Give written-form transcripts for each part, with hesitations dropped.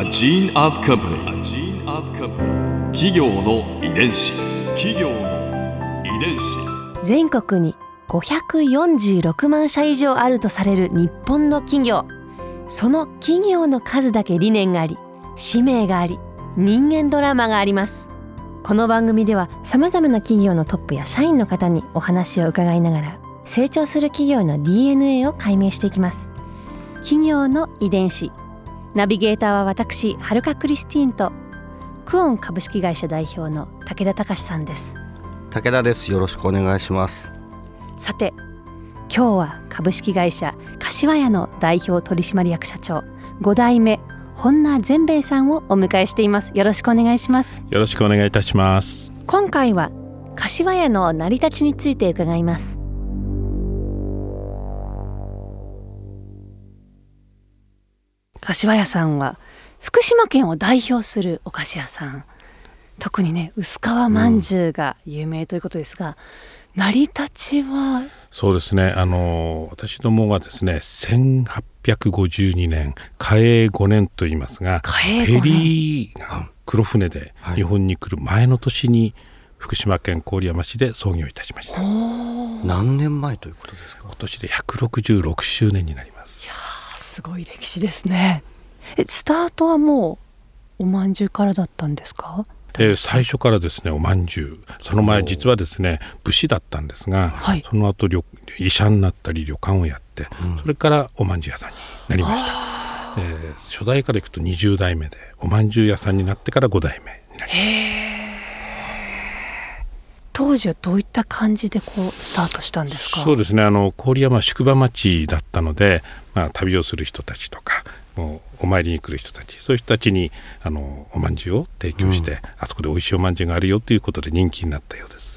gene of company. A gene of company. 企業の遺伝子。 全国に546万社以上あるとされる日本の企業。その企業の数だけ理念があり、使命があり、人間ドラマがあります。この番組ではさまざまな企業のトップや社員の方にお話を伺いながら、成長する企業の DNA を解明していきます。企業の遺伝子。ナビゲーターは私、はるかクリスティーンとクオン株式会社代表の武田隆さんです。 武田です。よろしくお願いします。 さて、今日は株式会社柏屋の代表取締役社長5代目本名善兵衛さんをお迎えしています。よろしくお願いします。 よろしくお願いいたします。 今回は柏屋の成り立ちについて伺います。柏屋さんは福島県を代表するお菓子屋さん、特にね薄皮まんじゅうが有名ということですが、成り立ちは。 そうですね、私どもはですね1852年嘉永5年と言いますが、フェリーが黒船で日本に来る前の年に福島県郡山市で創業いたしました。 何年前ということですか？ 今年で166周年になります。 いやすごい歴史ですね。スタートはもうおまんじゅうからだったんですか？ 最初からですねおまんじゅう、その前実はですね武士だったんですが、その後医者になったり旅館をやって、それからおまんじゅう屋さんになりました。初代からいくと20代目で、おまんじゅう屋さんになってから5代目になります。 当時はどういった感じでスタートしたんですか？ そうですね、郡山宿場町だったので、旅をする人たちとかもうお参りに来る人たち、そういう人たちにおまんじゅうを提供して、あそこで美味しいおまんじゅうがあるよということで人気になったようです。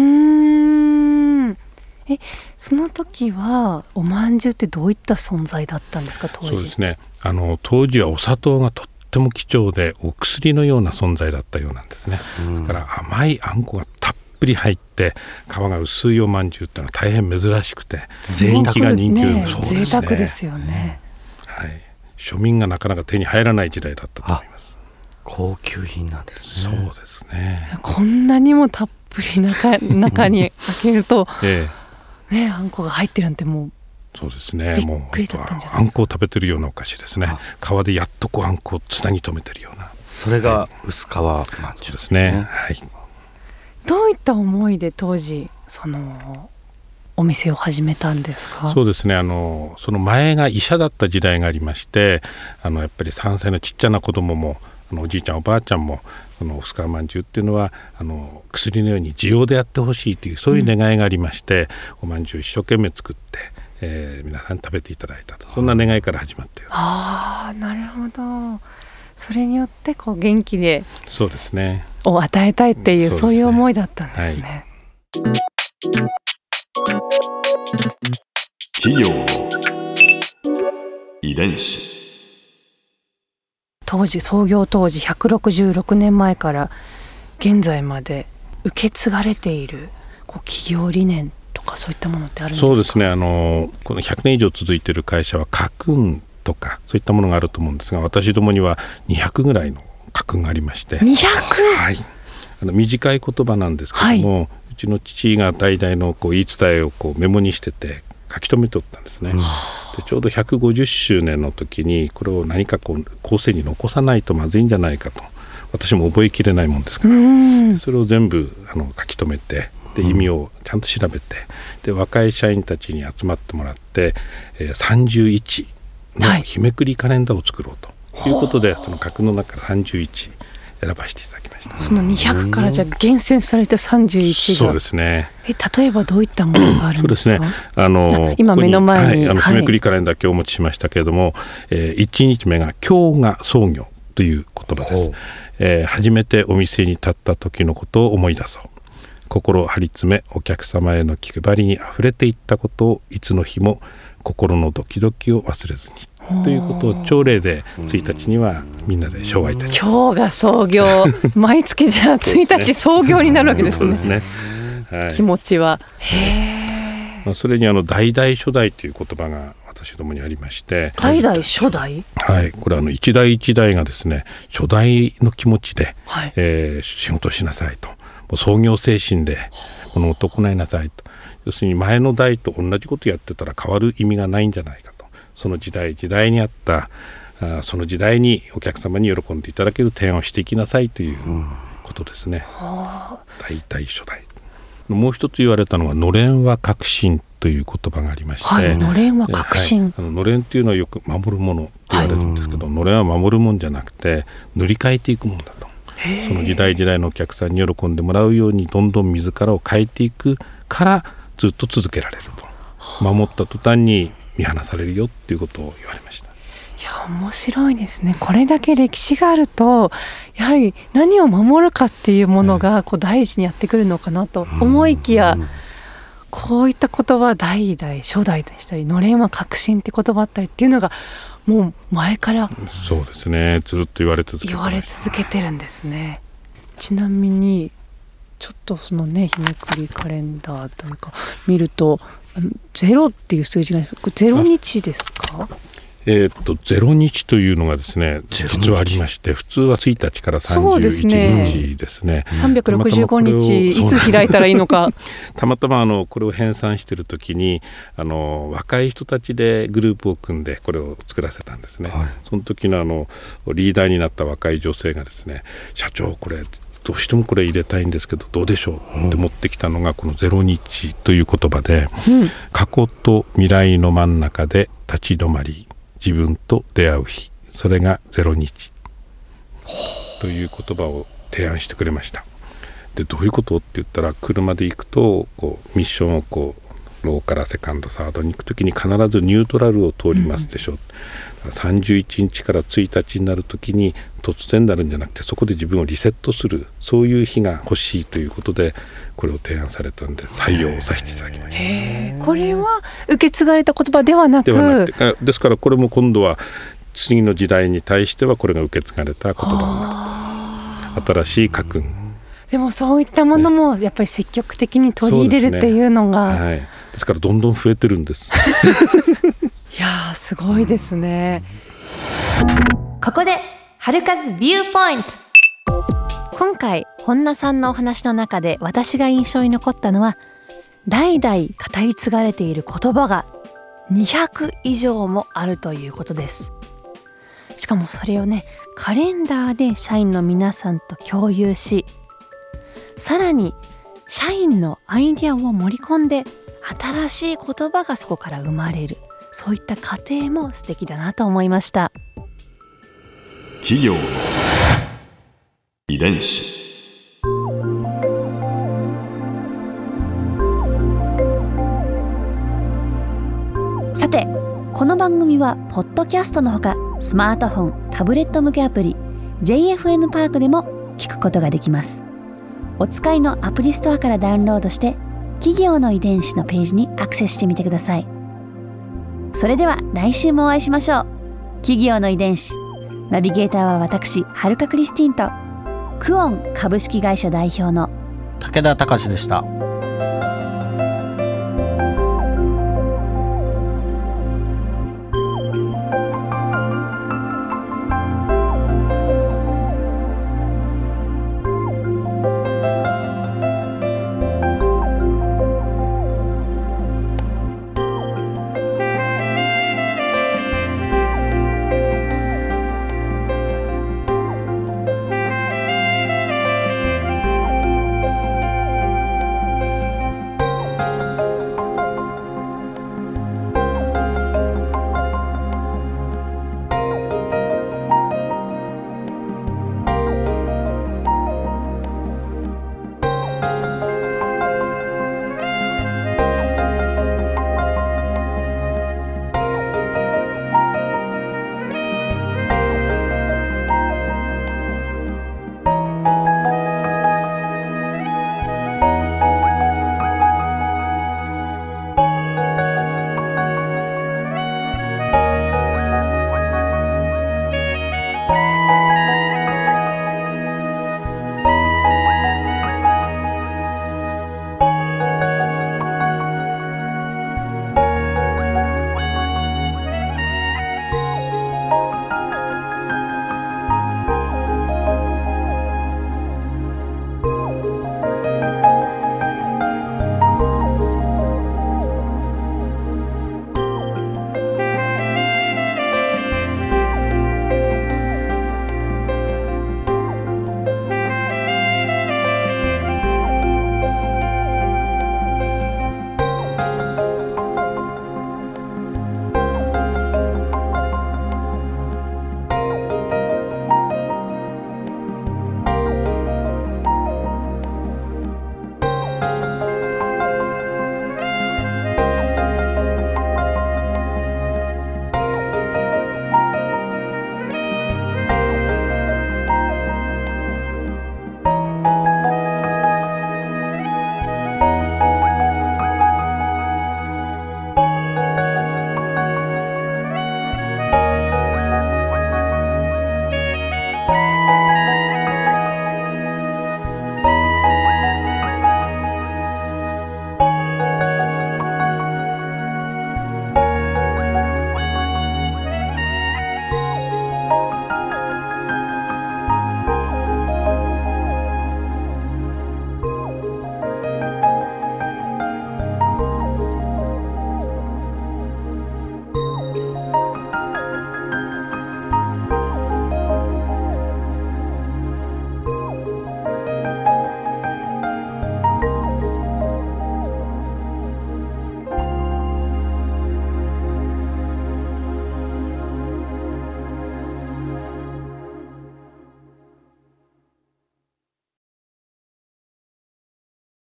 その時はおまんじゅうってどういった存在だったんですか？当時。 そうですね、当時はお砂糖がとっても貴重でお薬のような存在だったようなんですね。だから甘いあんこがたっぷり入って皮が薄いおまんじゅうってのは大変珍しくて、人気が人気を、そうですね、 贅沢ですよね。 庶民がなかなか手に入らない時代だったと思います。 高級品なんですね。 そうですね。 こんなにもたっぷり中に開けると、あんこが入ってるなんてもうそうですね、 びっくりだったんじゃないですか？ あんこを食べてるようなお菓子ですね。皮でやっとあんこをつなぎ止めてるような、 それが薄皮まんじゅうですね。 どういった思いで当時お店を始めたんですか？ そうですね、その前が医者だった時代がありまして、やっぱり3歳のちっちゃな子供もおじいちゃんおばあちゃんも薄皮まんじゅうっていうのは薬のように需要でやってほしいという、そういう願いがありまして、おまんじゅう一生懸命作って、皆さんに食べていただいたと、そんな願いから始まったようです。 なるほど。それによって元気で、 そうですね、 を与えたいっていう、そういう思いだったんですね。 企業の遺伝子。 創業当時166年前から現在まで受け継がれている企業理念とか、そういったものってあるんですか？ そうですね、この100年以上続いている会社は家訓とかそういったものがあると思うんですが、私どもには200ぐらいの家訓がありまして。 200？ 短い言葉なんですけども、うちの父が代々の言い伝えをメモにしてて書き留めておったんですね。でちょうど150周年の時にこれを何か後世に残さないとまずいんじゃないかと、私も覚えきれないもんですから、それを全部書き留めて、で意味をちゃんと調べて、で若い社員たちに集まってもらって、31の日めくりカレンダーを作ろうということで、その格の中から31選ばせていただきました。 その200からじゃ厳選された31が。 そうですね。 例えばどういったものがあるんですか？ そうですね、 今目の前に、 日めくりカレンダー今日お持ちしましたけれども、1日目が今日が創業という言葉です。初めてお店に立った時のことを思い出そう。心を張り詰めお客様への気配りにあふれていったことをいつの日も心のドキドキを忘れずにということを朝礼で1日にはみんなで唱和いたします。 今日が創業毎月じゃあ1日創業になるわけですね。 そうですね、 気持ちは。 それに代々初代という言葉が私どもにありまして、 代々初代、 はい、これ一代一代がですね初代の気持ちで、 はい、 仕事をしなさいと、もう創業精神で物事を行いなさいと、要するに前の代と同じことやってたら変わる意味がないんじゃないかと、その時代時代にあったその時代にお客様に喜んでいただける提案をしていきなさいということですね。代々初代。もう一つ言われたのはのれんは革新という言葉がありまして、 はい、のれんは革新、 はい、のれんというのはよく守るものと言われるんですけど、のれんは守るもんじゃなくて塗り替えていくものだと。その時代時代のお客さんに喜んでもらうようにどんどん自らを変えていくからずっと続けられると。守った途端に見放されるよっていうことを言われました。 いや面白いですね。これだけ歴史があるとやはり何を守るかっていうものがこう第一にやってくるのかなと思いきや、こういった言葉代々初代でしたりのれんは革新って言葉あったりっていうのがもう前からそうですね、ずっと言われ続けてるんですね。ちなみにちょっとそのね日めくりカレンダーというか見ると0っていう数字が0日ですか 0日というのがですね実はありまして、普通は1日から31日ですね。 365日いつ開いたらいいのかたまたまこれを編纂している時に若い人たちでグループを組んでこれを作らせたんですね、はい、その時のリーダーになった若い女性がですね、社長これどうしてもこれ入れたいんですけどどうでしょうって持ってきたのがこの0日という言葉で、過去と未来の真ん中で立ち止まり自分と出会う日、それが0日という言葉を提案してくれました。でどういうことって言ったら、車で行くとミッションをローからセカンドサードに行くときに必ずニュートラルを通りますでしょ、31日から1日になるときに突然になるんじゃなくて、そこで自分をリセットする、そういう日が欲しいということでこれを提案されたんで採用させていただきました。 これは受け継がれた言葉ではなくて、ですからこれも今度は次の時代に対してはこれが受け継がれた言葉になると、新しい家訓。 でもそういったものもやっぱり積極的に取り入れるっていうのが、 はい、ですからどんどん増えてるんですいやすごいですね。 ここで春風ビューポイント。 今回本名さんのお話の中で私が印象に残ったのは、代々語り継がれている言葉が200以上もあるということです。しかもそれをねカレンダーで社員の皆さんと共有し、さらに社員のアイデアを盛り込んで新しい言葉がそこから生まれる、そういった過程も素敵だなと思いました。 企業の遺伝子。 さてこの番組はポッドキャストのほかスマートフォン、タブレット向けアプリ JFN パークでも聞くことができます。お使いのアプリストアからダウンロードして企業の遺伝子のページにアクセスしてみてください。それでは来週もお会いしましょう。企業の遺伝子、ナビゲーターは私はるかクリスティンとクオン株式会社代表の武田隆でした。